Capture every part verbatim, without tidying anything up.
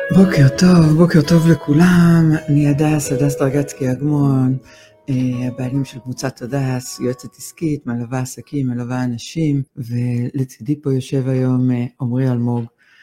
בוקר טוב, בוקר טוב לכולם. אני הדס, הדס דרגצקי אגמון, הבעלים של קבוצת הדס, יועצת עסקית, מלווה עסקים, מלווה אנשים, ולצידי פה יושב היום עומרי אלמוג,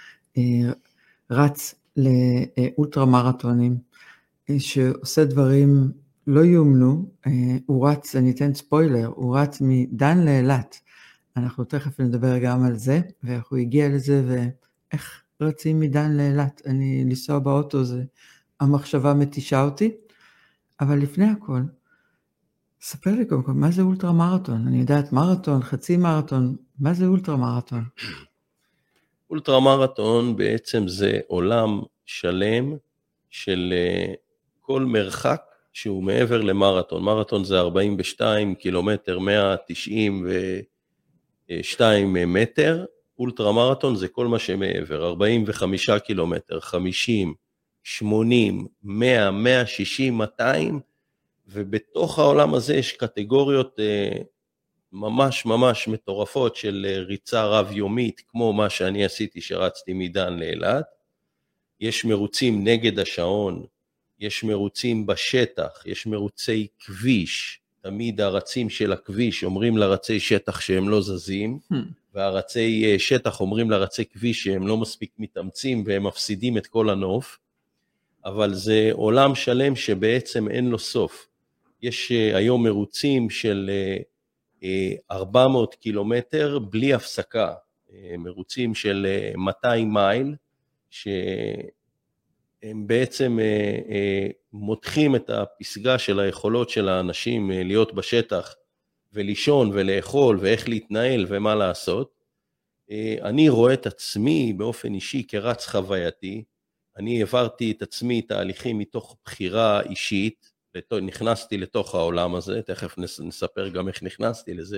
רץ לאולטרה מרתונים, שעושה דברים לא יאומנו. הוא רץ, אני אתן ספוילר, הוא רץ מדן לאילת. אנחנו תכף נדבר גם על זה, ואיך הוא הגיע לזה, ואיך רצים מדן לאילת. אני לנסוע באוטו, זה המחשבה מתישה אותי. אבל לפני הכל, ספר לי קודם כל, מה זה אולטרה מרתון? אני יודעת מרתון, חצי מרתון, מה זה אולטרה מרתון? אולטרה מרתון בעצם זה עולם שלם של כל מרחק שהוא מעבר למרתון. מרתון זה ארבעים ושתיים קילומטר, מאה תשעים ושתיים מטר. אולטרה מרתון זה כל מה שמעבר, ארבעים וחמישה קילומטר, חמישים, שמונים, מאה, מאה ושישים, מאתיים, ובתוך העולם הזה יש קטגוריות ממש ממש מטורפות של ריצה רב יומית, כמו מה שאני עשיתי שרצתי מדן לאילת. יש מרוצים נגד השעון, יש מרוצים בשטח, יש מרוצי כביש, תמיד הרצים של הכביש אומרים לרצי שטח שהם לא זזים, hmm. והרצי שטח אומרים לרצי כביש שהם לא מספיק מתאמצים והם מפסידים את כל הנוף, אבל זה עולם שלם שבעצם אין לו סוף. יש היום מרוצים של ארבע מאות קילומטר בלי הפסקה, מרוצים של מאתיים מייל, שהם בעצם מותחים את הפסגה של היכולות של האנשים להיות בשטח, ולישון ולאכול ואיך להתנהל ומה לעשות. אני רואה את עצמי באופן אישי כרץ חווייתי, אני העברתי את עצמי תהליכים מתוך בחירה אישית, נכנסתי לתוך העולם הזה, תכף נספר גם איך נכנסתי לזה,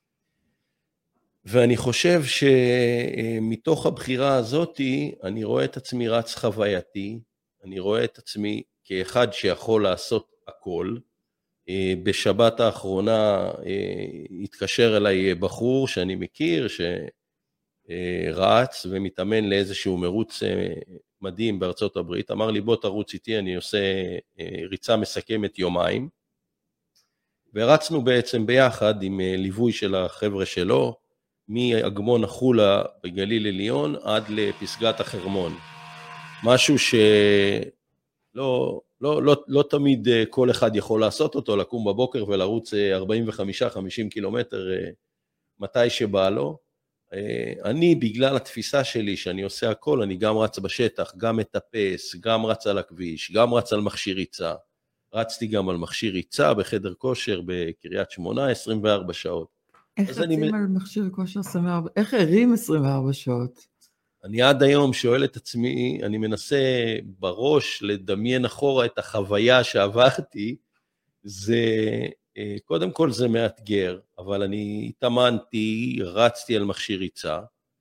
ואני חושב שמתוך הבחירה הזאת, אני רואה את עצמי רץ חווייתי, אני רואה את עצמי כאחד שיכול לעשות הכל. בשבת האחרונה התקשר אליי בחור שאני מכיר, שרץ ומתאמן לאיזשהו מרוץ מדהים בארצות הברית, אמר לי בוא תרוץ איתי, אני עושה ריצה מסכמת יומיים, ורצנו בעצם ביחד עם ליווי של החבר'ה שלו, מאגמון החולה בגליל עליון עד לפסגת החרמון, משהו שלא לא, לא, לא תמיד כל אחד יכול לעשות אותו, לקום בבוקר ולרוץ ארבעים וחמישה חמישים קילומטר מתי שבא לו. אני בגלל התפיסה שלי שאני עושה הכל, אני גם רץ בשטח, גם מטפס, גם רץ על הכביש, גם רץ על מכשיר ריצה. רצתי גם על מכשיר ריצה בחדר כושר בקריית שמונה עשרים וארבע שעות. איך רצים אני... על מכשיר כושר עשרים וארבע? איך הרים עשרים וארבע שעות? אני עד היום שואל את עצמי, אני מנסה בראש לדמיין אחורה את החוויה שעברתי, זה... קודם כל זה מאתגר, אבל אני התאמנתי, רצתי על מכשיר ריצה.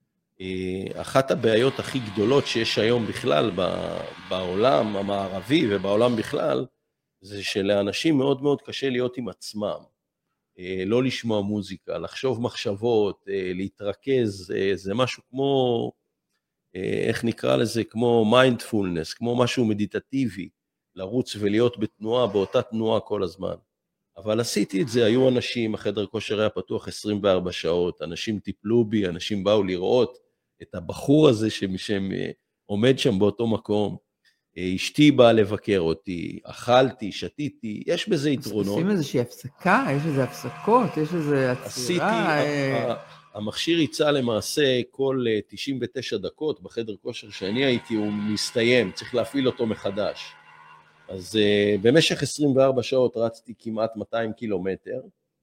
אחת הבעיות הכי גדולות שיש היום בכלל בעולם המערבי ובעולם בכלל, זה שלאנשים מאוד מאוד קשה להיות עם עצמם. לא לשמוע מוזיקה, לחשוב מחשבות, להתרכז, זה משהו כמו, איך נקרא לזה, כמו מיינדפולנס, כמו משהו מדיטטיבי, לרוץ ולהיות בתנועה, באותה תנועה כל הזמן. אבל עשיתי את זה, היו אנשים, החדר כושר היה פתוח עשרים וארבע שעות, אנשים טיפלו בי, אנשים באו לראות את הבחור הזה שהם עומד שם באותו מקום, אשתי באה לבקר אותי, אכלתי, שתיתי, יש בזה יתרונות. עושים איזושהי הפסקה, יש איזה הפסקות, יש איזה עצירה. עשיתי, המכשיר ריצה למעשה כל תשעים ותשע דקות בחדר כושר שאני הייתי, הוא מסתיים, צריך להפעיל אותו מחדש. אז uh, במשך עשרים וארבע שעות רצתי כמעט מאתיים קילומטר,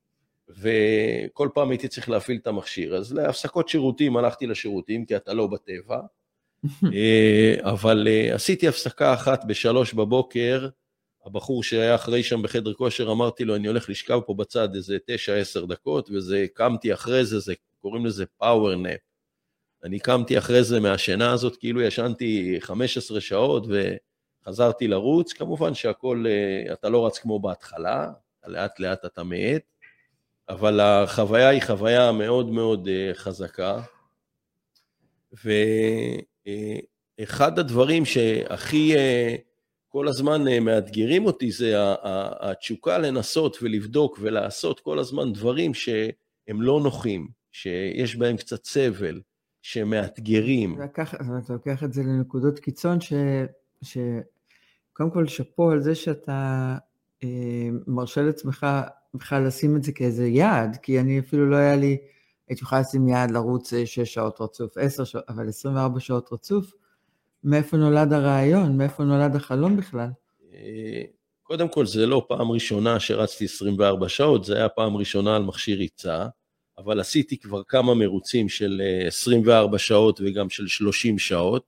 וכל פעם הייתי צריך להפעיל את המכשיר, אז להפסקות שירותים הלכתי לשירותים, כי אתה לא בטבע, uh, אבל uh, עשיתי הפסקה אחת בשלוש בבוקר, הבחור שהיה אחרי שם בחדר כושר, אמרתי לו, אני הולך לשכב פה בצד איזה תשע עשר דקות, וזה קמתי אחרי זה, זה, קוראים לזה פאוור נאפ, אני קמתי אחרי זה מהשינה הזאת, כאילו ישנתי חמש עשרה שעות, ו... חזרתי לרוץ, כמובן שהכל, אתה לא רץ כמו בהתחלה, לאט לאט אתה מעט, אבל החוויה היא חוויה מאוד מאוד חזקה, אחד הדברים שהכי כל הזמן מאתגרים אותי, זה התשוקה לנסות ולבדוק ולעשות כל הזמן דברים שהם לא נוחים, שיש בהם קצת סבל, שמאתגרים. אתה לוקח את זה לנקודות קיצון, ש... ש... קודם כל שפו על זה שאתה אה, מרשה לעצמך בכלל לשים את זה כאיזה יעד, כי אני אפילו לא היה לי, הייתי יכולה לשים יעד לרוץ שש שעות רצוף, עשר שעות, אבל עשרים וארבע שעות רצוף, מאיפה נולד הרעיון, מאיפה נולד החלום בכלל? קודם כל, זה לא פעם ראשונה שרצתי עשרים וארבע שעות, זה היה פעם ראשונה על מכשיר ריצה, אבל עשיתי כבר כמה מרוצים של עשרים וארבע שעות וגם של שלושים שעות,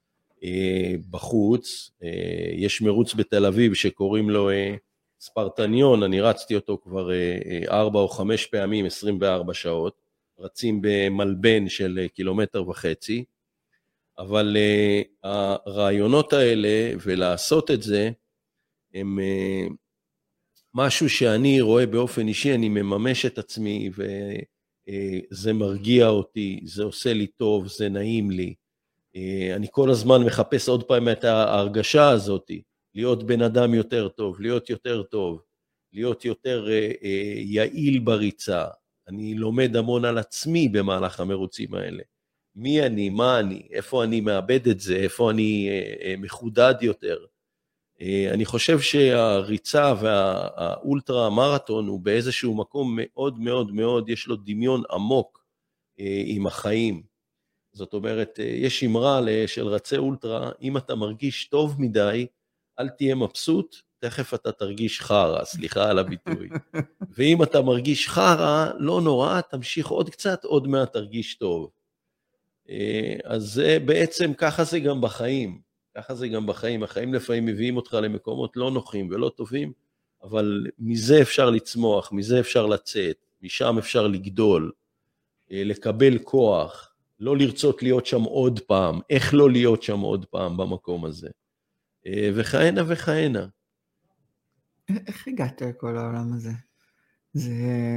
בחוץ. יש מרוץ בתל אביב שקוראים לו ספרטניון, אני רצתי אותו כבר ארבע או חמש פעמים, עשרים וארבע שעות, רצים במלבן של קילומטר וחצי, אבל הרעיונות האלה ולעשות את זה, הם משהו שאני רואה באופן אישי, אני מממש את עצמי, וזה מרגיע אותי, זה עושה לי טוב, זה נעים לי. אני כל הזמן מחפש עוד פעם את ההרגשה הזאת, להיות בן אדם יותר טוב, להיות יותר טוב, להיות יותר יעיל בריצה. אני לומד המון על עצמי במהלך המרוצים האלה. מי אני, מה אני, איפה אני מאבד את זה, איפה אני מחודד יותר. אני חושב שהריצה והאולטרה מרתון הוא באיזשהו מקום מאוד מאוד מאוד, יש לו דמיון עמוק עם החיים. זאת אומרת, יש אמרה של רצי אולטרה, אם אתה מרגיש טוב מדי, אל תהיה מבסוט, תכף אתה תרגיש חרה, סליחה על הביטוי. ואם אתה מרגיש חרה, לא נורא, תמשיך עוד קצת, עוד מעט תרגיש טוב. אז זה בעצם, ככה זה גם בחיים. ככה זה גם בחיים. החיים לפעמים מביאים אותך למקומות לא נוחים ולא טובים, אבל מזה אפשר לצמוח, מזה אפשר לצאת, משם אפשר לגדול, לקבל כוח, לא לרצות להיות שם עוד פעם, איך לא להיות שם עוד פעם במקום הזה. וכהנה וכהנה. איך הגעת לכל העולם הזה? זה...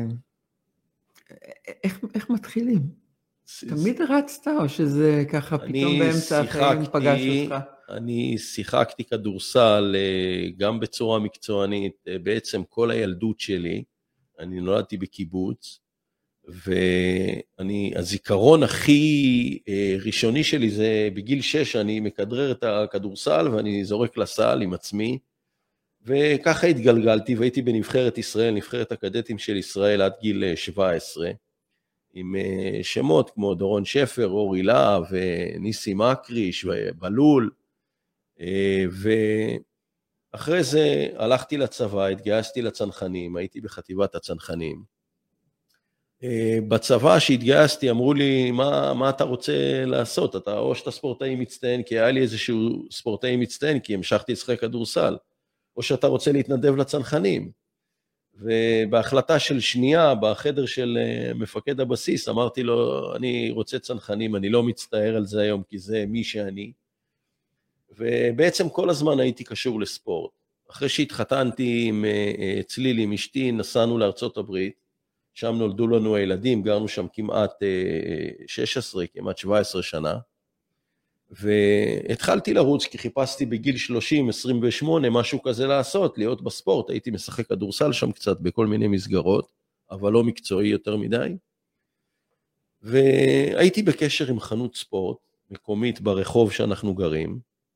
איך, איך מתחילים? תמיד רצת, או שזה ככה פתאום באמצע החיים פגש אותך? אני שיחקתי כדורסל גם בצורה מקצוענית, בעצם כל הילדות שלי, אני נולדתי בקיבוץ, ואני, הזיכרון הכי ראשוני שלי זה בגיל שש, אני מכדרר את הכדורסל ואני זורק לסל עם עצמי, וככה התגלגלתי והייתי בנבחרת ישראל, נבחרת הקדטים של ישראל עד גיל שבע עשרה, עם שמות כמו דורון שפר, אורי להב, ניסי מקריש ובלול, ואחרי זה הלכתי לצבא, התגייסתי לצנחנים, הייתי בחטיבת הצנחנים. בצבא שהתגייסתי אמרו לי, מה, מה אתה רוצה לעשות? אתה או שאתה ספורטאי מצטיין, כי היה לי איזשהו ספורטאי מצטיין, כי המשכתי לשחק כדורסל, או שאתה רוצה להתנדב לצנחנים. ובהחלטה של שנייה, בחדר של מפקד הבסיס, אמרתי לו, אני רוצה צנחנים, אני לא מצטער על זה היום, כי זה מי שאני. ובעצם כל הזמן הייתי קשור לספורט. אחרי שהתחתנתי עם צליל, עם אשתי, נסענו לארצות הברית, שם נולדו לנו הילדים, גרנו שם כמעט שש עשרה, כמעט שבע עשרה שנה, והתחלתי לרוץ, כי חיפשתי בגיל שלושים, עשרים ושמונה, משהו כזה לעשות, להיות בספורט, הייתי משחק כדורסל שם קצת, בכל מיני מסגרות, אבל לא מקצועי יותר מדי, והייתי בקשר עם חנות ספורט, מקומית ברחוב שאנחנו גרים,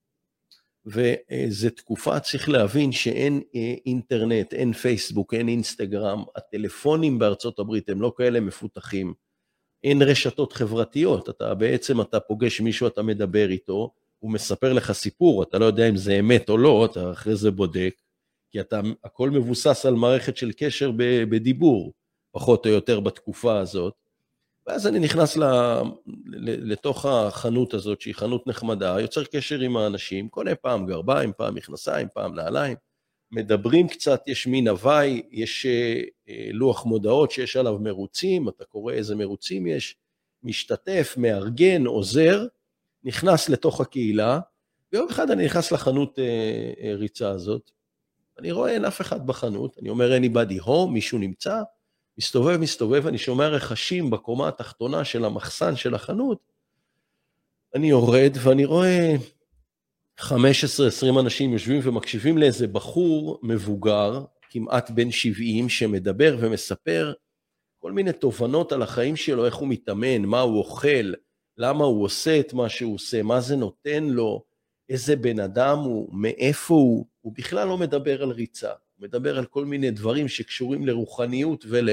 וזו תקופה, צריך להבין שאין אינטרנט, אין פייסבוק, אין אינסטגרם, הטלפונים בארצות הברית הם לא כאלה מפותחים, אין רשתות חברתיות, אתה בעצם אתה פוגש מישהו, אתה מדבר איתו, הוא מספר לך סיפור, אתה לא יודע אם זה אמת או לא, אתה אחרי זה בודק, כי אתה, הכל מבוסס על מערכת של קשר בדיבור, פחות או יותר בתקופה הזאת, ואז אני נכנס לתוך החנות הזאת, שהיא חנות נחמדה, יוצר קשר עם האנשים, קונה פעם גרביים, פעם מכנסיים, פעם נעליים, מדברים קצת, יש מין הוואי, יש לוח מודעות שיש עליו מרוצים, אתה קורא איזה מרוצים יש, משתתף, מארגן, עוזר, נכנס לתוך הקהילה, ויום אחד אני נכנס לחנות ריצה הזאת, אני רואה אין אף אחד בחנות, אני אומר anybody home, מישהו נמצא, מסתובב, מסתובב, אני שומע רכשים בקומה התחתונה של המחסן של החנות, אני יורד ואני רואה חמש עשרה עשרים אנשים יושבים ומקשיבים לאיזה בחור מבוגר, כמעט בן שבעים, שמדבר ומספר כל מיני תובנות על החיים שלו, איך הוא מתאמן, מה הוא אוכל, למה הוא עושה את מה שהוא עושה, מה זה נותן לו, איזה בן אדם הוא, מאיפה הוא, הוא בכלל לא מדבר על ריצה, הוא מדבר על כל מיני דברים שקשורים לרוחניות ול,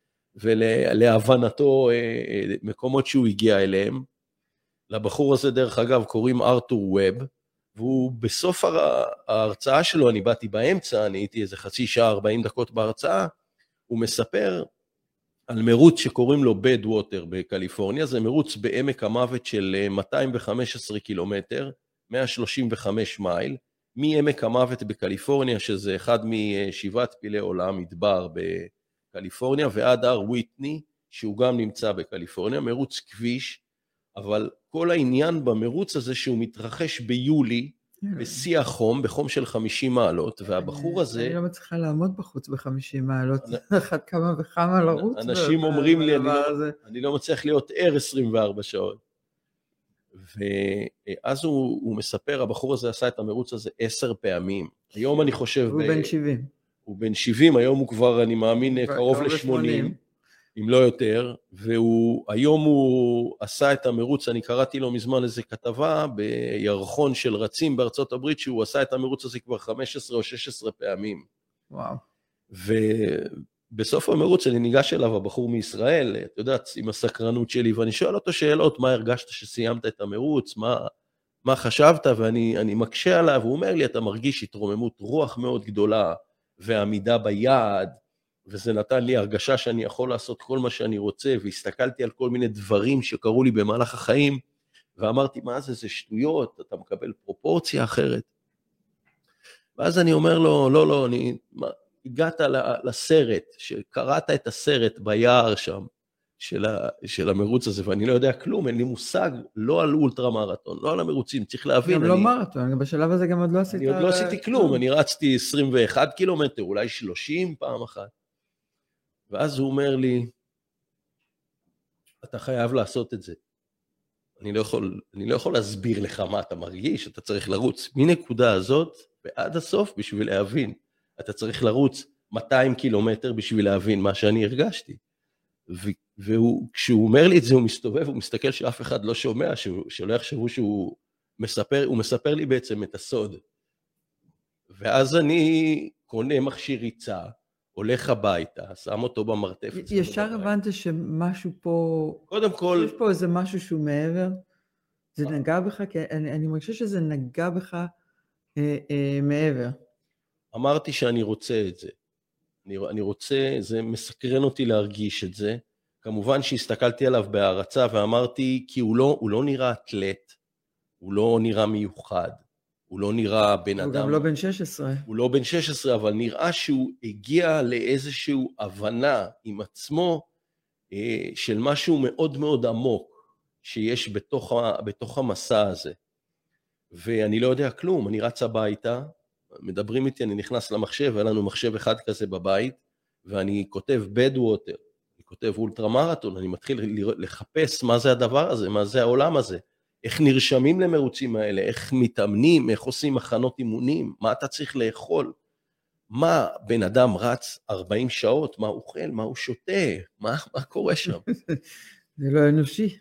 ולהבנתו מקומות שהוא הגיע אליהם. לבחור הזה דרך אגב קוראים ארתור ווב, והוא בסוף ההרצאה שלו, אני באתי באמצע, אני הייתי איזה חצי שעה ארבעים דקות בהרצאה, הוא מספר על מרוץ שקוראים לו בד ווטר בקליפורניה, זה מרוץ בעמק המוות של מאתיים וחמש עשרה קילומטר, מאה שלושים וחמש מייל, מעמק המוות בקליפורניה, שזה אחד משבעת פילי עולם, מדבר בקליפורניה, ועד הר וויטני, שהוא גם נמצא בקליפורניה, מרוץ כביש, אבל כל העניין במרוץ הזה שהוא מתרחש ביולי, בשיא החום, בחום של חמישים מעלות, והבחור הזה... אני לא מצליחה לעמוד בחוץ ב-חמישים מעלות, אחת כמה וכמה לרוץ. אנשים אומרים לי, אני לא מצליח להיות ער עשרים וארבע שעות. ואז הוא מספר, הבחור הזה עשה את המרוץ הזה עשר פעמים. היום אני חושב... הוא בן שבעים. הוא בן שבעים, היום הוא כבר, אני מאמין, קרוב ל-שמונים. אם לא יותר, והיום הוא עשה את המרוץ, אני קראתי לו מזמן איזה כתבה, בירחון של רצים בארצות הברית, שהוא עשה את המרוץ הזה כבר חמש עשרה או שש עשרה פעמים. וואו. ובסוף המרוץ אני ניגש אליו, הבחור מישראל, אתה יודעת, עם הסקרנות שלי, ואני שואל אותו שאלות, מה הרגשת שסיימת את המרוץ, מה, מה חשבת, ואני אני מקשה עליו, הוא אומר לי, אתה מרגיש התרוממות רוח מאוד גדולה, ועמידה ביעד, וזה נתן לי הרגשה שאני יכול לעשות כל מה שאני רוצה, והסתכלתי על כל מיני דברים שקרו לי במהלך החיים, ואמרתי, מה זה, זה שטויות, אתה מקבל פרופורציה אחרת. ואז אני אומר לו, לא, לא, אני, מה, הגעת לסרט, שקראת את הסרט ביער שם, של, ה, של המרוץ הזה, ואני לא יודע כלום, אין לי מושג, לא על אולטרה מרתון, לא על המרוצים, צריך להבין. גם אני, לא מרתון, בשלב הזה גם עוד לא עשית... אני עוד לא עשיתי כלום, אני רצתי עשרים ואחד קילומטר, אולי שלושים פעם אחת. ואז הוא אומר לי, אתה חייב לעשות את זה. אני לא יכול, אני לא יכול להסביר לך מה אתה מרגיש, אתה צריך לרוץ מנקודה הזאת ועד הסוף בשביל להבין. אתה צריך לרוץ מאתיים קילומטר בשביל להבין מה שאני הרגשתי. וכשהוא אומר לי את זה, הוא מסתובב, הוא מסתכל שאף אחד לא שומע, שלא יחשבו שהוא מספר, הוא מספר לי בעצם את הסוד. ואז אני קונה מכשיר ריצה, הולך הביתה, שם אותו במרתף. ישר הבנת שמשהו פה... קודם כל... יש פה איזה משהו שהוא מעבר? זה נגע בך? כי אני, אני מרגישה שזה נגע בך אה, אה, מעבר. אמרתי שאני רוצה את זה. אני, אני רוצה, זה מסקרן אותי להרגיש את זה. כמובן שהסתכלתי עליו בהערצה ואמרתי, כי הוא לא, הוא לא נראה אתלט, הוא לא נראה מיוחד. הוא לא נראה בן הוא אדם... הוא גם לא בן שש עשרה. הוא לא בן שש עשרה, אבל נראה שהוא הגיע לאיזושהי הבנה עם עצמו אה, של משהו מאוד מאוד עמוק שיש בתוך, ה, בתוך המסע הזה. ואני לא יודע כלום, אני רץ הביתה, מדברים איתי, אני נכנס למחשב, היה לנו מחשב אחד כזה בבית, ואני כותב בד ווטר, אני כותב אולטרה מרתון, אני מתחיל לחפש מה זה הדבר הזה, מה זה העולם הזה. איך נרשמים למרוצים האלה, איך מתאמנים, איך עושים מחנות אימונים, מה אתה צריך לאכול, מה בן אדם רץ ארבעים שעות, מה הוא אוכל, מה הוא שותה, מה, מה קורה שם. זה לא אנושי.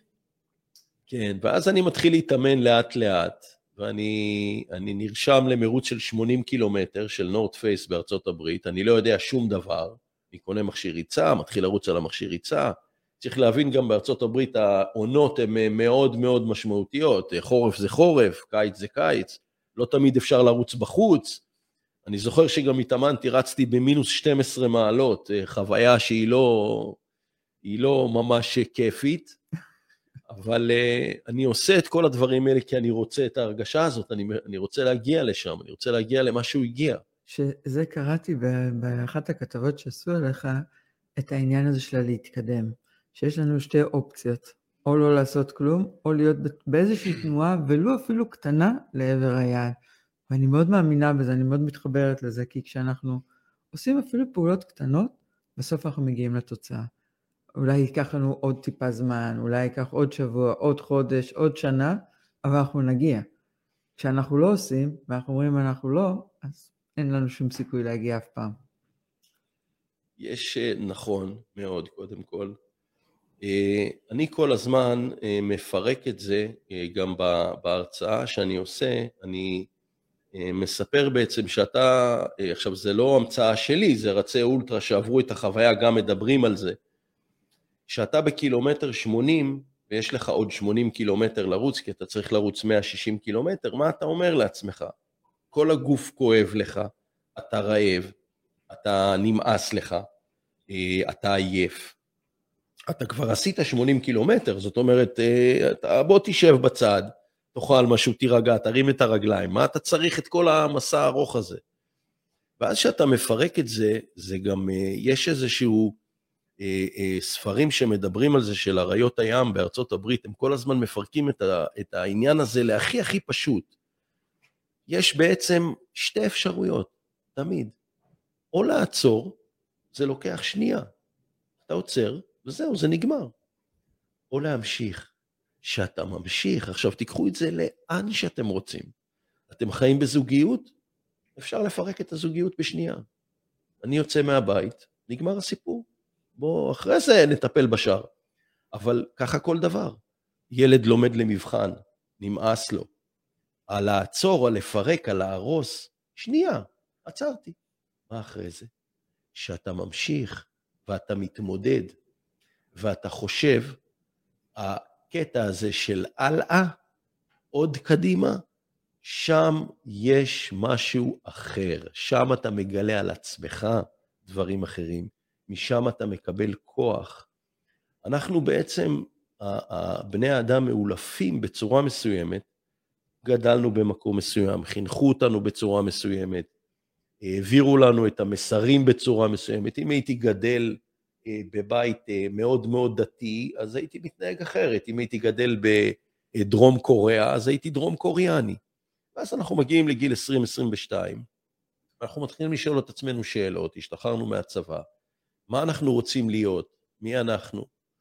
כן, ואז אני מתחיל להתאמן לאט לאט, ואני אני נרשם למרוץ של שמונים קילומטר של נורת פייס בארצות הברית, אני לא יודע שום דבר, אני קונה מכשיר ריצה, מתחיל לרוץ על המכשיר ריצה, צריך להבין גם בארצות הברית העונות הן מאוד מאוד משמעותיות, חורף זה חורף, קיץ זה קיץ, לא תמיד אפשר לרוץ בחוץ, אני זוכר שגם התאמנתי, רצתי במינוס שתים עשרה מעלות, חוויה שהיא לא, היא לא ממש כיפית, אבל אני עושה את כל הדברים האלה כי אני רוצה את ההרגשה הזאת, אני, אני רוצה להגיע לשם, אני רוצה להגיע למה שהוא הגיע. שזה קראתי באחת הכתבות שעשו עליך, את העניין הזה של להתקדם. שיש לנו שתי אופציות, או לא לעשות כלום, או להיות באיזושהי תנועה, ולא אפילו קטנה לעבר היעד. ואני מאוד מאמינה בזה, אני מאוד מתחברת לזה, כי כשאנחנו עושים אפילו פעולות קטנות, בסוף אנחנו מגיעים לתוצאה. אולי ייקח לנו עוד טיפה זמן, אולי ייקח עוד שבוע, עוד חודש, עוד שנה, אבל אנחנו נגיע. כשאנחנו לא עושים, ואנחנו אומרים אנחנו לא, אז אין לנו שום סיכוי להגיע אף פעם. יש, נכון מאוד, קודם כל. אני כל הזמן מפרק את זה, גם בהרצאה שאני עושה, אני מספר בעצם שאתה, עכשיו זה לא המצאה שלי, זה רצי אולטרה שעברו את החוויה, גם מדברים על זה, שאתה בקילומטר שמונים, ויש לך עוד שמונים קילומטר לרוץ, כי אתה צריך לרוץ מאה ושישים קילומטר, מה אתה אומר לעצמך? כל הגוף כואב לך, אתה רעב, אתה נמאס לך, אתה עייף, אתה כבר עשית שמונים קילומטר, זאת אומרת, בוא תשב בצד, תאכל משהו, תירגע, תרים את הרגליים, מה אתה צריך את כל המסע הארוך הזה? ואז שאתה מפרק את זה, זה גם, יש איזשהו ספרים שמדברים על זה של אריות הים בארצות הברית, הם כל הזמן מפרקים את, ה, את העניין הזה להכי הכי פשוט. יש בעצם שתי אפשרויות, תמיד. או לעצור, זה לוקח שנייה. אתה עוצר, וזהו, זה נגמר. או להמשיך. שאתה ממשיך, עכשיו תיקחו את זה לאן שאתם רוצים. אתם חיים בזוגיות, אפשר לפרק את הזוגיות בשנייה. אני יוצא מהבית, נגמר הסיפור. בוא, אחרי זה נטפל בשאר. אבל ככה כל דבר. ילד לומד למבחן, נמאס לו. על לעצור, על לפרק, על להרוס, שנייה, עצרתי. מה אחרי זה? שאתה ממשיך, ואתה מתמודד, ואתה חושב, הקטע הזה של הלאה, עוד קדימה, שם יש משהו אחר. שם אתה מגלה על עצמך דברים אחרים. משם אתה מקבל כוח. אנחנו בעצם, בני האדם מאולפים בצורה מסוימת, גדלנו במקום מסוים, חינכו אותנו בצורה מסוימת, העבירו לנו את המסרים בצורה מסוימת. אם הייתי גדל בבית מאוד מאוד דתי, אז הייתי מתנהג אחרת. אם הייתי גדל בדרום קוריאה, אז הייתי דרום קוריאני. ואז אנחנו מגיעים לגיל עשרים עשרים ושתיים, אנחנו מתחילים לשאול את עצמנו שאלות, השתחררנו מהצבא, מה אנחנו רוצים להיות? מי אנחנו?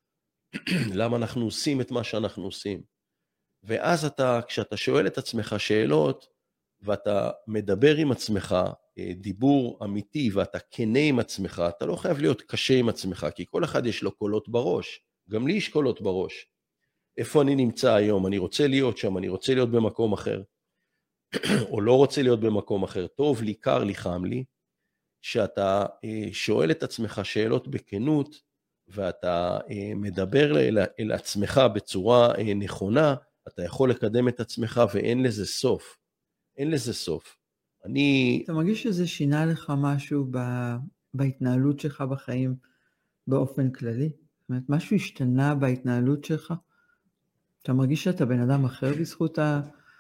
למה אנחנו עושים את מה שאנחנו עושים? ואז אתה, כשאתה שואל את עצמך שאלות, ואתה מדבר עם עצמך, דיבור אמיתי, ואתה כנה עם עצמך, אתה לא חייב להיות קשה עם עצמך, כי כל אחד יש לו קולות בראש, גם לי יש קולות בראש. איפה אני נמצא היום? אני רוצה להיות שם, אני רוצה להיות במקום אחר, או לא רוצה להיות במקום אחר. טוב לי, קר לי, חם לי, שאתה שואל את עצמך שאלות בכנות, ואתה מדבר אל, אל עצמך בצורה נכונה, אתה יכול לקדם את עצמך, ואין לזה סוף. אין לזה סוף. אני... אתה מרגיש שזה שינה לך משהו ב... בהתנהלות שלך בחיים באופן כללי? זאת אומרת, משהו השתנה בהתנהלות שלך? אתה מרגיש שאתה בן אדם אחר בזכות ה...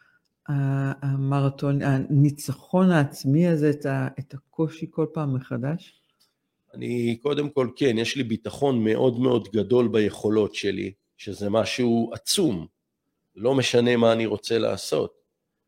המרתון, הניצחון העצמי הזה, את, ה... את הקושי כל פעם מחדש? אני קודם כל, כן, יש לי ביטחון מאוד מאוד גדול ביכולות שלי, שזה משהו עצום. לא משנה מה אני רוצה לעשות.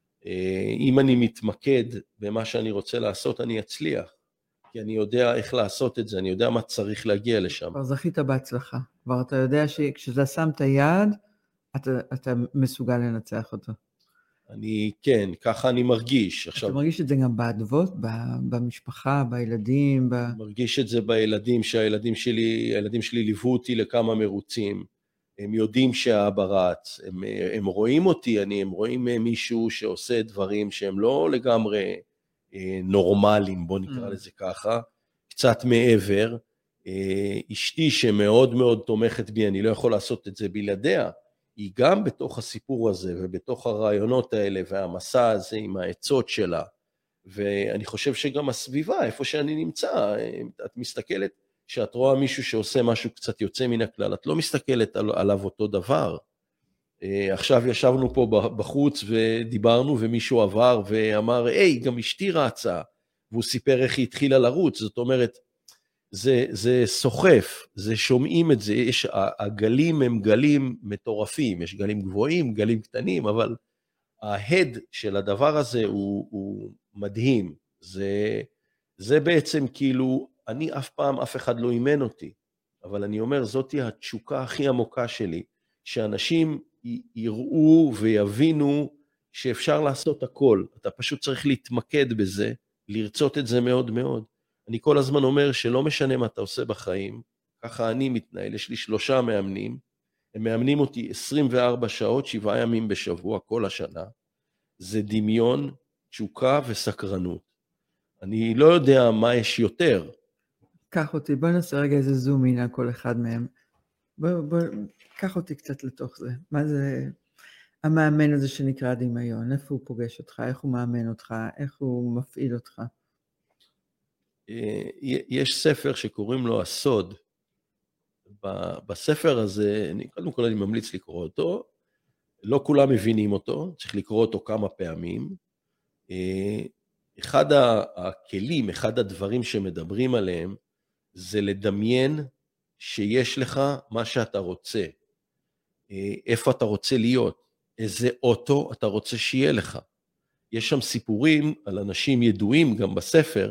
אם אני מתמקד במה שאני רוצה לעשות, אני אצליח. כי אני יודע איך לעשות את זה, אני יודע מה צריך להגיע לשם. כבר זכית בהצלחה. כבר אתה יודע שכשאתה שם את היעד, אתה, אתה מסוגל לנצח אותו. אני, כן, ככה אני מרגיש. עכשיו, אתה מרגיש את זה גם באדוות, במשפחה, בילדים? ב... מרגיש את זה בילדים, שהילדים שלי, הילדים שלי ליוו אותי לכמה מרוצים. הם יודעים שהאבא רץ, הם, הם רואים אותי, אני, הם רואים מישהו שעושה דברים שהם לא לגמרי אה, נורמליים, בוא נקרא mm. לזה ככה, קצת מעבר. אה, אשתי שמאוד מאוד תומכת בי, אני לא יכול לעשות את זה בלעדיה, היא גם בתוך הסיפור הזה ובתוך הרעיונות האלה והמסע הזה עם העצות שלה, ואני חושב שגם הסביבה, איפה שאני נמצא, את מסתכלת, שאת רואה מישהו שעושה משהו קצת יוצא מן הכלל, את לא מסתכלת על, עליו אותו דבר. עכשיו ישבנו פה בחוץ ודיברנו, ומישהו עבר ואמר, היי, גם אשתי רצה, והוא סיפר איך היא התחילה לרוץ. זאת אומרת, זה, זה סוחף, זה שומעים את זה, יש, הגלים הם גלים מטורפים, יש גלים גבוהים, גלים קטנים, אבל ההד של הדבר הזה הוא, הוא מדהים. זה, זה בעצם כאילו, אני אף פעם, אף אחד לא אימן אותי, אבל אני אומר, זאת היא התשוקה הכי עמוקה שלי, שאנשים יראו ויבינו שאפשר לעשות הכל. אתה פשוט צריך להתמקד בזה, לרצות את זה מאוד מאוד. אני כל הזמן אומר שלא משנה מה אתה עושה בחיים, ככה אני מתנהל, יש לי שלושה מאמנים, הם מאמנים אותי עשרים וארבע שעות, שבעה ימים בשבוע, כל השנה. זה דמיון, תשוקה וסקרנות. אני לא יודע מה יש יותר. קח אותי, בוא נעשה רגע איזה זום אין על כל אחד מהם. בוא, בוא, קח אותי קצת לתוך זה. מה זה המאמן הזה שנקרא דמיון? איפה הוא פוגש אותך? איך הוא מאמן אותך? איך הוא מפעיל אותך? יש ספר שקוראים לו הסוד. בספר הזה, אני, קודם כל אני ממליץ לקרוא אותו. לא כולם מבינים אותו, צריך לקרוא אותו כמה פעמים. אחד הכלים, אחד הדברים שמדברים עליהם, זה לדמיין שיש לך מה שאתה רוצה. איפה אתה רוצה להיות, איזה אוטו אתה רוצה שיהיה לך. יש שם סיפורים על אנשים ידועים גם בספר,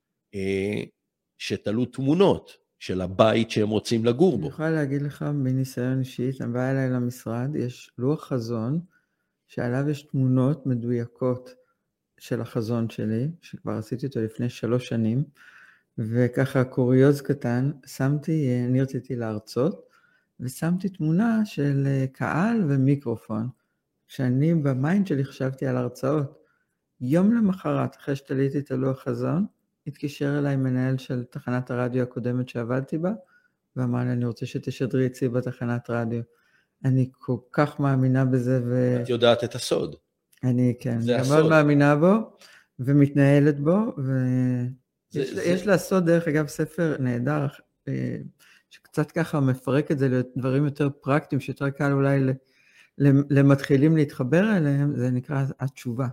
שתלו תמונות של הבית שהם רוצים לגור בו. אני יכולה להגיד לך מניסיון אישית, אני באה אליי למשרד, יש לוח חזון, שעליו יש תמונות מדויקות של החזון שלי, שכבר עשיתי אותו לפני שלוש שנים, וככה קוריוז קטן, שמתי, אני רציתי להרצות, ושמתי תמונה של קהל ומיקרופון, כשאני במיינד שלי חשבתי על הרצאות. יום למחרת, אחרי שתליתי את הלוח חזון, התקשר אליי מנהל של תחנת הרדיו הקודמת שעבדתי בה, ואמר לי, אני רוצה שתשדרי אצלי בתחנת רדיו. אני כל כך מאמינה בזה. ו... את יודעת את הסוד. אני, כן, אני מאוד מאמינה בו, ומתנהלת בו, ויש זה, זה... לעשות דרך אגב ספר נהדר, שקצת ככה מפרק את זה לדברים יותר פרקטיים, שיותר קל אולי למתחילים להתחבר אליהם, זה נקרא התשובה.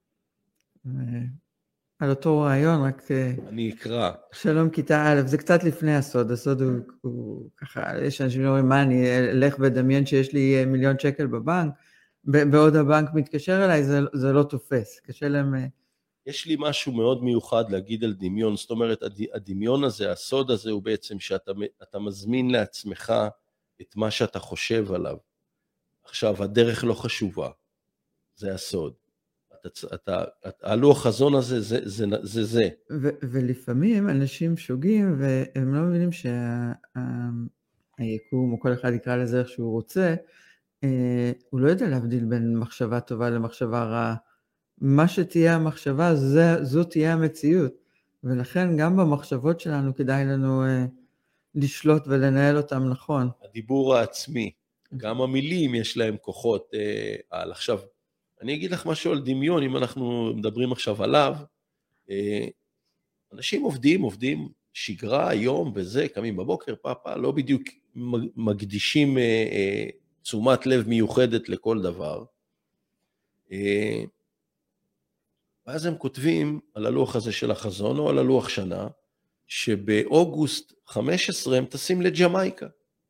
על אותו רעיון, רק... אני אקרא. שלום כיתה א', זה קצת לפני הסוד, הסוד הוא, הוא ככה, יש אנשים שאומרים, מה, אני אלך ודמיין שיש לי מיליון שקל בבנק, בעוד הבנק מתקשר אליי, זה, זה לא תופס, קשה להם... יש לי משהו מאוד מיוחד להגיד על דמיון, זאת אומרת, הדמיון הזה, הסוד הזה הוא בעצם שאתה אתה מזמין לעצמך את מה שאתה חושב עליו. עכשיו, הדרך לא חשובה, זה הסוד. אתה, אתה, הלוח חזון הזה, זה זה. זה, זה. ו, ולפעמים אנשים שוגים, והם לא מבינים שהיקום, או כל אחד יקרא לזה איך שהוא רוצה, הוא לא יודע להבדיל בין מחשבה טובה למחשבה רעה. מה שתהיה המחשבה, זה, זו תהיה המציאות. ולכן גם במחשבות שלנו כדאי לנו לשלוט ולנהל אותם נכון. הדיבור העצמי, גם המילים יש להם כוחות על. עכשיו, אני אגיד לך משהו על דמיון, אם אנחנו מדברים עכשיו עליו, אנשים עובדים, עובדים שגרה, יום וזה, קמים בבוקר, פאפה, לא בדיוק מקדישים תשומת לב מיוחדת לכל דבר. ואז הם כותבים על הלוח הזה של החזון, או על הלוח שנה, שבאוגוסט חמש עשרה הם טסים לג'מייקה.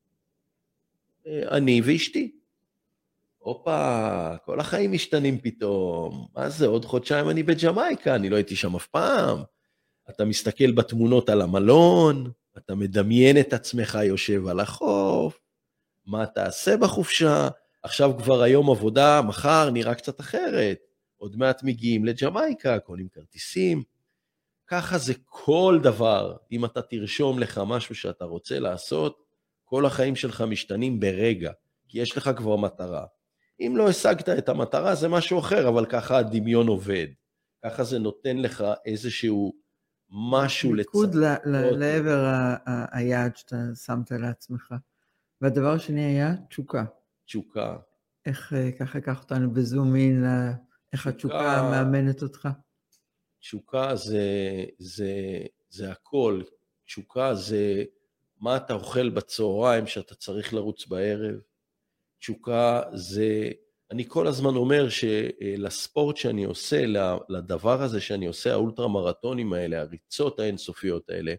אני ואשתי. הופה, כל החיים משתנים פתאום. מה זה, עוד חודשיים אני בג'מייקה, אני לא הייתי שם אף פעם. אתה מסתכל בתמונות על המלון, אתה מדמיין את עצמך יושב על החוף, מה תעשה בחופשה, עכשיו כבר היום עבודה, מחר נראה קצת אחרת, עוד מעט מגיעים לג'מייקה, קונים כרטיסים. ככה זה כל דבר, אם אתה תרשום לך משהו שאתה רוצה לעשות, כל החיים שלך משתנים ברגע, כי יש לך כבר מטרה. אם לא השגת את המטרה, זה משהו אחר, אבל ככה הדמיון עובד. ככה זה נותן לך איזשהו משהו לצפות. ניקוד לעבר היעד שאתה שמת לעצמך. והדבר השני היה תשוקה. תשוקה. איך ככה קח אותנו בזום אין, איך התשוקה מאמנת אותך? תשוקה זה, זה, זה הכל. תשוקה זה מה אתה אוכל בצהריים שאתה צריך לרוץ בערב. תשוקה זה, אני כל הזמן אומר שלספורט שאני עושה, לדבר הזה שאני עושה, האולטרה מרתונים האלה, הריצות האינסופיות האלה,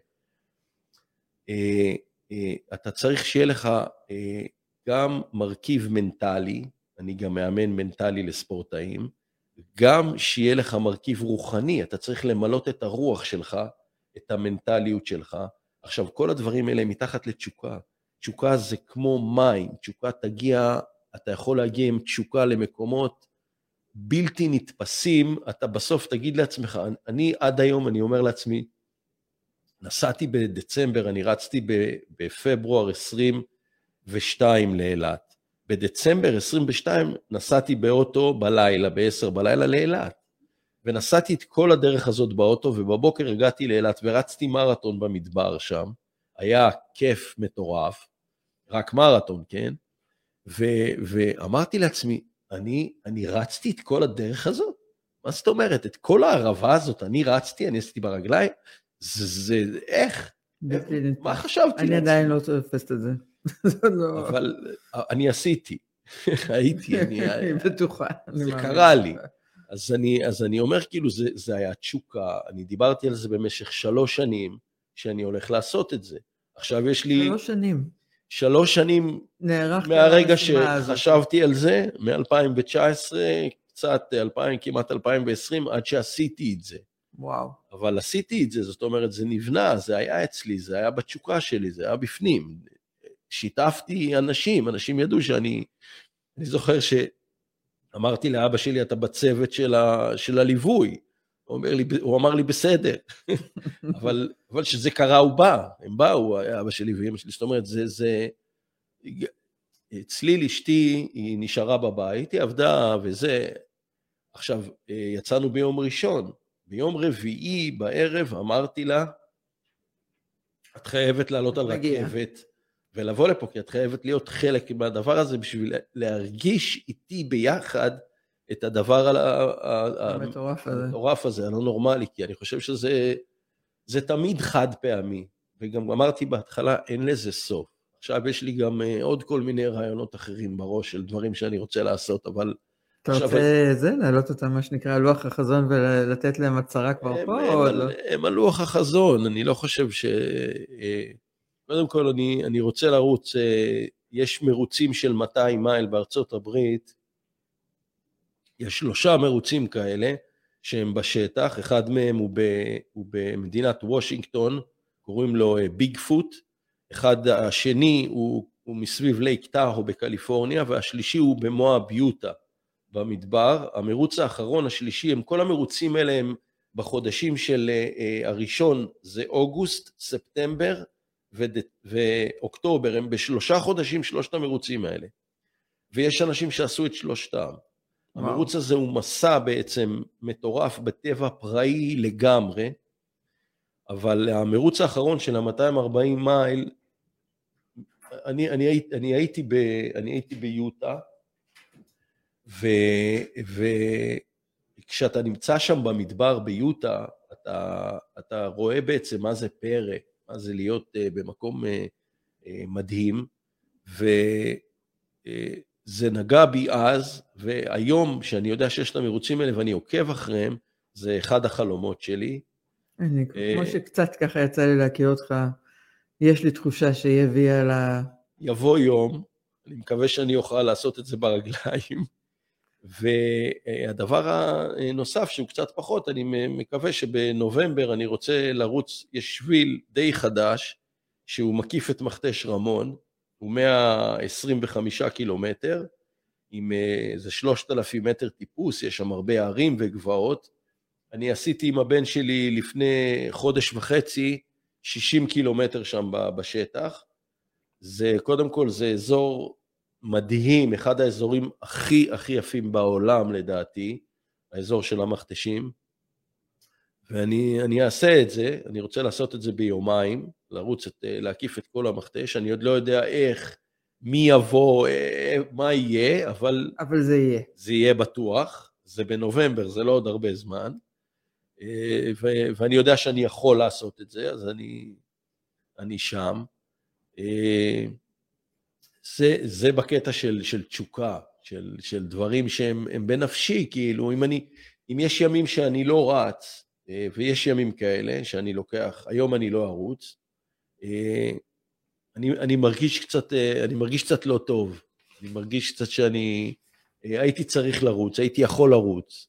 אתה צריך שיהיה לך גם מרכיב מנטלי, אני גם מאמן מנטלי לספורטאים, גם שיהיה לך מרכיב רוחני, אתה צריך למלות את הרוח שלך, את המנטליות שלך. עכשיו, כל הדברים האלה מתחת לתשוקה. תשוקה זה כמו מים, תשוקה תגיע אתה יכול להגיע עם תשוקה למקומות בלתי נתפסים, אתה בסוף תגיד לעצמך, אני עד היום, אני אומר לעצמי, נסעתי בדצמבר, אני רצתי בפברואר עשרים ושתיים לאילת. בדצמבר עשרים ושתיים נסעתי באוטו בלילה, ב-עשר בלילה לאילת. ונסעתי את כל הדרך הזאת באוטו, ובבוקר הגעתי לאילת ורצתי מרתון במדבר שם. היה כיף מטורף, רק מרתון, כן? ו- ואמרתי לעצמי, אני, אני רצתי את כל הדרך הזאת? מה זאת אומרת? את כל הערבה הזאת אני רצתי, אני עשיתי ברגליים? זה, זה, איך? מה חשבתי לעצמי? אני עדיין לא תופסת את זה. אבל אני עשיתי. הייתי, אני בטוחה. זה קרה לי. אז אני, אז אני אומר, כאילו, זה, זה היה תשוקה. אני דיברתי על זה במשך שלוש שנים, שאני הולך לעשות את זה. עכשיו יש לי... שלוש שנים. שלוש שנים מהרגע שחשבתי על זה, מ-אלפיים תשע עשרה, קצת אלפיים, כמעט אלפיים ועשרים, עד שעשיתי את זה. וואו. אבל עשיתי את זה, זאת אומרת, זה נבנה, זה היה אצלי, זה היה בתשוקה שלי, זה היה בפנים. שיתפתי אנשים, אנשים ידעו שאני, אני זוכר שאמרתי לאבא שלי, אתה בצוות של, ה, של הליווי. הוא אומר לי, הוא אמר לי בסדר, אבל, אבל שזה קרה הוא בא, הם באו, אבא שלי ואמא שלי, זאת אומרת, זה, זה, אצלי לאשתי, היא נשארה בבית, היא עבדה וזה, עכשיו, יצאנו ביום ראשון, ביום רביעי בערב אמרתי לה, את חייבת לעלות על רכבת, ולבוא לפה, כי את חייבת להיות חלק מהדבר הזה, בשביל להרגיש איתי ביחד, את הדבר המטורף הזה. המטורף הזה, הלא נורמלי, כי אני חושב שזה זה תמיד חד פעמי, וגם אמרתי בהתחלה, אין לזה סוף. עכשיו יש לי גם עוד כל מיני רעיונות אחרים בראש, של דברים שאני רוצה לעשות, אבל... אתה רוצה זה, להעלות אותם, מה שנקרא, לוח החזון, ולתת להם הצהרה כבר פה, או עוד לא? הם על לוח החזון, אני לא חושב ש... קודם כל, אני, אני רוצה לרוץ, יש מרוצים של מאתיים מייל בארצות הברית, יש שלושה מרוצים כאלה שהם בשטח, אחד מהם הוא, ב, הוא במדינת וושינגטון, קוראים לו ביג פוט, אחד השני הוא, הוא מסביב לייק טאהו בקליפורניה, והשלישי הוא במואב יוטה במדבר. המרוץ האחרון, השלישי, הם כל המרוצים האלה הם בחודשים של הראשון, זה אוגוסט, ספטמבר וד, ואוקטובר, הם בשלושה חודשים שלושת המרוצים האלה. ויש אנשים שעשו את שלושתם. המרוץ הזה הוא מסע בעצם מטורף בטבע פראי לגמרי, אבל המרוץ האחרון של ה-מאתיים וארבעים מייל, אני, אני, הייתי, אני, הייתי ב, אני הייתי ביוטה, ו, וכשאתה נמצא שם במדבר ביוטה, אתה, אתה רואה בעצם מה זה פרא, מה זה להיות במקום מדהים, ו... זה נגע בי אז, והיום שאני יודע שיש את המרוצים האלה ואני עוקב אחריהם, זה אחד החלומות שלי. אני, כמו שקצת ככה יצא לי להכיר אותך, יש לי תחושה שיביא על ה... יבוא יום, אני מקווה שאני אוכל לעשות את זה ברגליים, והדבר הנוסף שהוא קצת פחות, אני מקווה שבנובמבר אני רוצה לרוץ, יש שביל די חדש, שהוא מקיף את מכתש רמון, הוא מאה עשרים וחמישה קילומטר, עם איזה שלושת אלפים מטר טיפוס, יש שם הרבה ערים וגבעות. אני עשיתי עם הבן שלי לפני חודש וחצי, שישים קילומטר שם בשטח. זה, קודם כל, זה אזור מדהים, אחד האזורים הכי הכי יפים בעולם לדעתי, האזור של המכתשים. ואני אני אעשה את זה, אני רוצה לעשות את זה ביומיים, לרוץ, את, להקיף את כל המכתש, אני עוד לא יודע איך, מי יבוא, מה יהיה, אבל... אבל זה יהיה. זה יהיה בטוח, זה בנובמבר, זה לא עוד הרבה זמן, ו- ואני יודע שאני יכול לעשות את זה, אז אני, אני שם. זה, זה בקטע של, של תשוקה, של, של דברים שהם בנפשי, כאילו, אם אני, אם יש ימים שאני לא רץ, ויש ימים כאלה שאני לוקח, היום אני לא ארוץ, אני, אני מרגיש קצת, אני מרגיש קצת לא טוב, אני מרגיש קצת שאני הייתי צריך לרוץ, הייתי יכול לרוץ.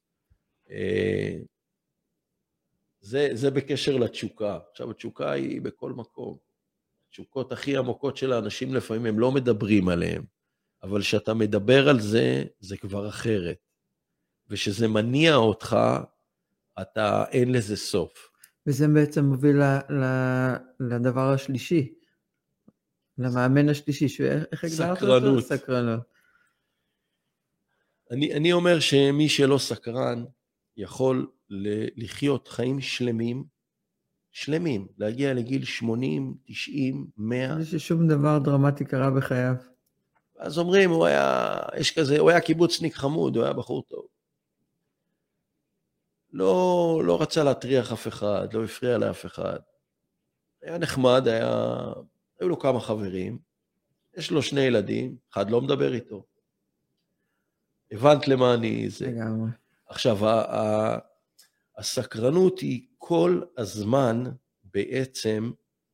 זה, זה בקשר לתשוקה. עכשיו, התשוקה היא בכל מקום. התשוקות הכי עמוקות של האנשים לפעמים, הם לא מדברים עליהם, אבל כשאתה מדבר על זה, זה כבר אחרת. ושזה מניע אותך, אתה, אין לזה סוף. וזה בעצם מוביל ל, ל, לדבר השלישי, למאמן השלישי, שאיך הגדרת אותו? סקרנות. אני, אני אומר שמי שלא סקרן, יכול לחיות חיים שלמים, שלמים, להגיע לגיל שמונים, תשעים, מאה. בלי ששום דבר דרמטי קרה בחייו. אז אומרים, הוא היה, יש כזה, הוא היה קיבוצניק חמוד, הוא היה בחור טוב. לא, לא רצה להטריח אף אחד, לא הפריע לאף אחד. היה נחמד, היה, היו לו כמה חברים, יש לו שני ילדים, אחד לא מדבר איתו. הבנת למה אני זה. לגמרי. עכשיו, ה- ה- הסקרנות היא כל הזמן בעצם,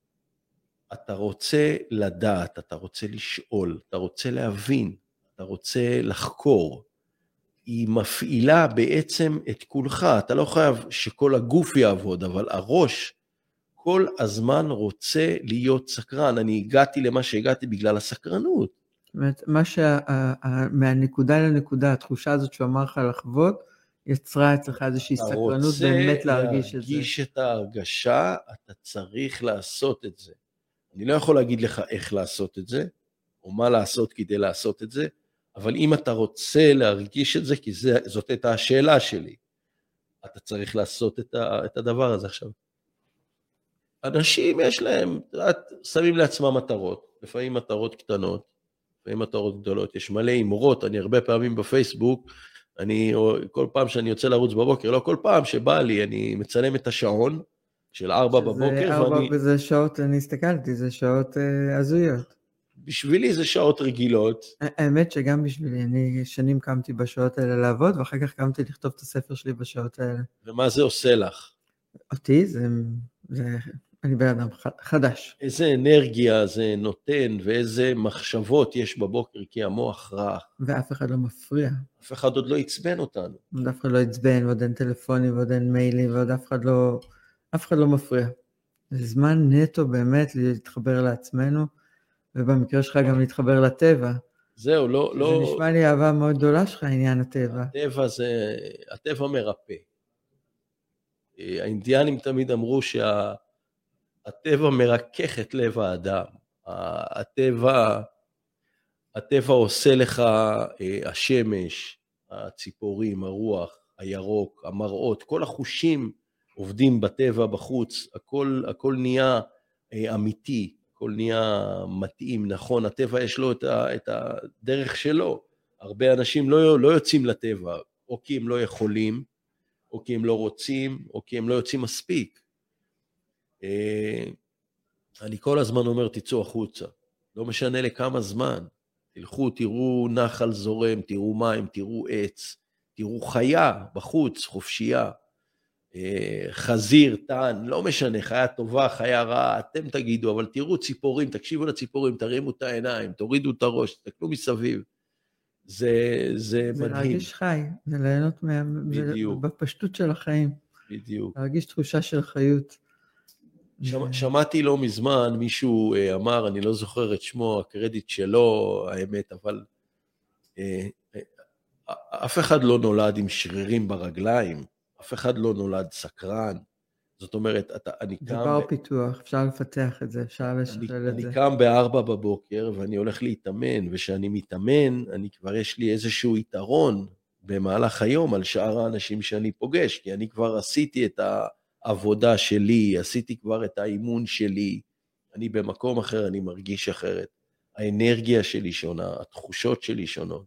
אתה רוצה לדעת, אתה רוצה לשאול, אתה רוצה להבין, אתה רוצה לחקור. היא מפעילה בעצם את כולך, אתה לא חייב שכל הגוף יעבוד, אבל הראש כל הזמן רוצה להיות סקרן. אני הגעתי למה שהגעתי בגלל הסקרנות. זאת אומרת, מה שמהנקודה לנקודה, התחושה הזאת שהוא אמר לך לחוות, יצרה אצלך איזושהי סקרנות באמת להרגיש את זה. אתה רוצה להרגיש את ההרגשה, אתה צריך לעשות את זה. אני לא יכול להגיד לך איך לעשות את זה, או מה לעשות כדי לעשות את זה, אבל אם אתה רוצה להרגיש את זה, כי זה, זאת הייתה השאלה שלי, אתה צריך לעשות את, ה, את הדבר הזה עכשיו. אנשים יש להם, שמים לעצמם מטרות, לפעמים מטרות קטנות, לפעמים מטרות גדולות, יש מלא אמרות, אני הרבה פעמים בפייסבוק, אני, כל פעם שאני יוצא לרוץ בבוקר, לא כל פעם שבא לי, אני מצלם את השעון של ארבע בבוקר, ארבע ואני... וזה שעות, אני הסתכלתי, זה שעות אה, הזויות. בשבילי זה שעות רגילות. האמת שגם בשבילי, אני שנים קמתי בשעות האלה לעבוד, ואחר כך קמתי לכתוב את הספר שלי בשעות האלה. ומה זה עושה לך? אותי זה, זה אני בן אדם חדש. איזה אנרגיה זה נותן, ואיזה מחשבות יש בבוקר, כי המוח רך. ואף אחד לא מפריע. אף אחד עוד לא יצבן אותנו. עוד אף אחד לא יצבן, ועוד אין טלפונים, ועוד אין מיילים, ועוד אף אחד לא, אף אחד לא מפריע. זה זמן נטו באמת להתחבר לעצמנו, ובמקרה שלך גם להתחבר לטבע. זהו, לא, זה לא... זה נשמע לי אהבה מאוד גדולה שלך, עניין הטבע. הטבע זה, הטבע מרפא. האינדיאנים תמיד אמרו שהטבע מרכך את לב האדם. הטבע, הטבע עושה לך השמש, הציפורים, הרוח, הירוק, המראות, כל החושים עובדים בטבע בחוץ, הכל, הכל נהיה אמיתי. הכל נהיה מתאים, נכון, הטבע יש לו את, ה, את הדרך שלו. הרבה אנשים לא, לא יוצאים לטבע, או כי הם לא יכולים, או כי הם לא רוצים, או כי הם לא יוצאים מספיק. אני כל הזמן אומר, תצאו החוצה. לא משנה לכמה זמן. תלכו, תראו נחל זורם, תראו מים, תראו עץ, תראו חיה בחוץ, חופשייה. חזיר, טן, לא משנה, חיה טובה, חיה רעה, אתם תגידו, אבל תראו ציפורים, תקשיבו לציפורים, תרימו את העיניים, תורידו את הראש, תסתכלו מסביב. זה, זה, זה מדהים. זה להרגיש חי, זה ליהנות מה... בדיוק. בפשטות של החיים. בדיוק. להרגיש תחושה של חיות. שמע, שמעתי לא מזמן, מישהו אמר, אני לא זוכר את שמו, הקרדיט שלו, האמת, אבל אה, אה, אף אחד לא נולד עם שרירים ברגליים, אף אחד לא נולד סקרן, זאת אומרת, אתה, אני קם... זה בר פיתוח, אפשר לפתח את זה, אפשר לשחרר את אני זה. אני קם בארבע בבוקר, ואני הולך להתאמן, ושאני מתאמן, אני כבר יש לי איזשהו יתרון במהלך היום על שאר האנשים שאני פוגש, כי אני כבר עשיתי את העבודה שלי, עשיתי כבר את האימון שלי, אני במקום אחר, אני מרגיש אחרת. האנרגיה שלי שונה, התחושות שלי שונות.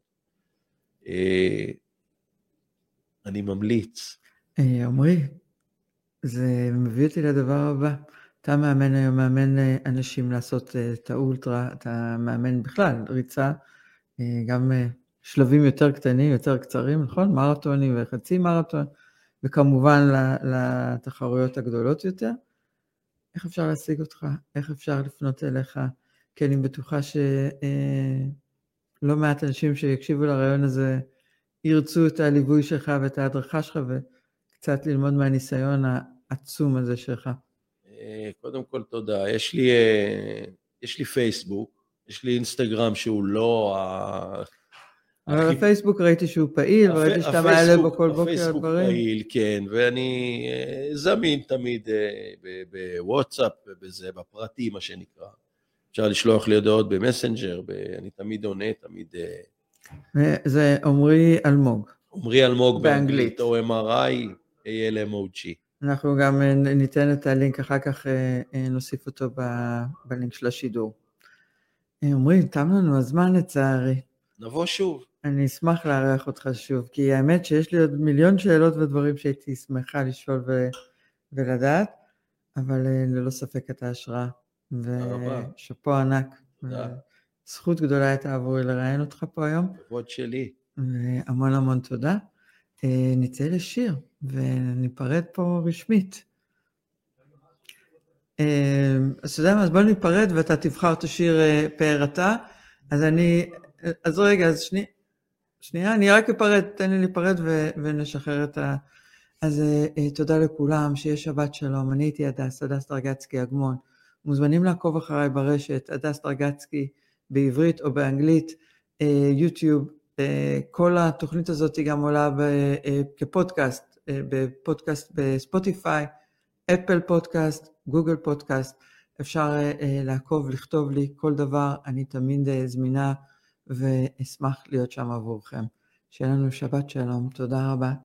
אני ממליץ. עומרי, זה מביא אותי לדבר הבא. אתה מאמן היום, מאמן אנשים לעשות את האולטרה, אתה מאמן בכלל, ריצה, גם שלבים יותר קטנים, יותר קצרים, נכון? מרתונים וחצי מרתון, וכמובן לתחרויות הגדולות יותר. איך אפשר להשיג אותך? איך אפשר לפנות אליך? כי אני בטוחה שלא מעט אנשים שיקשיבו לרעיון הזה, ירצו את הליווי שלך ואת ההדרכה שלך, וקצת ללמוד מהניסיון העצום הזה שלך. קודם כל תודה. יש לי, יש לי פייסבוק, יש לי אינסטגרם שהוא לא ה... אבל בפייסבוק ראיתי שהוא פעיל, וראיתי שאתה מעלה בו כל בוקר הפייסבוק הדברים. פעיל, כן, ואני זמין תמיד בוואטסאפ, ובזה, בפרטי, מה שנקרא. אפשר לשלוח לי הודעות במסנג'ר, אני תמיד עונה, תמיד... זה עומרי אלמוג. עומרי אלמוג באנגלית, או אם אר איי, איי אל אם או ג'י. אנחנו גם ניתן את הלינק, אחר כך נוסיף אותו בלינק של השידור. עומרי, תם לנו הזמן לצערי. נבוא שוב. אני אשמח לארח אותך שוב, כי האמת שיש לי עוד מיליון שאלות ודברים שהייתי שמחה לשאול ו... ולדעת, אבל ללא ספק אתה השראה. ושפו ענק. תודה. זכות גדולה הייתה עבורי לראיין אותך פה היום. כבוד שלי. והמון המון תודה. נצא לשיר וניפרד פה רשמית. אז אתה יודע מה, אז בוא ניפרד ואתה תבחר את השיר פאר אתה. אז אני, אז רגע, אז שני, שנייה, אני רק אפרד, תן לי להיפרד ו, ונשחרר את ה... אז תודה לכולם, שיש שבת שלום. אני הייתי הדס, הדס דרגצקי אגמון. מוזמנים לעקוב אחריי ברשת, הדס דרגצקי בעברית או באנגלית, יוטיוב. כל התוכנית הזאת היא גם עולה כפודקאסט, בפודקאסט בספוטיפיי, אפל פודקאסט, גוגל פודקאסט. אפשר לעקוב, לכתוב לי כל דבר, אני תמיד זמינה ואשמח להיות שם עבורכם. שיהיה לנו שבת שלום, תודה רבה.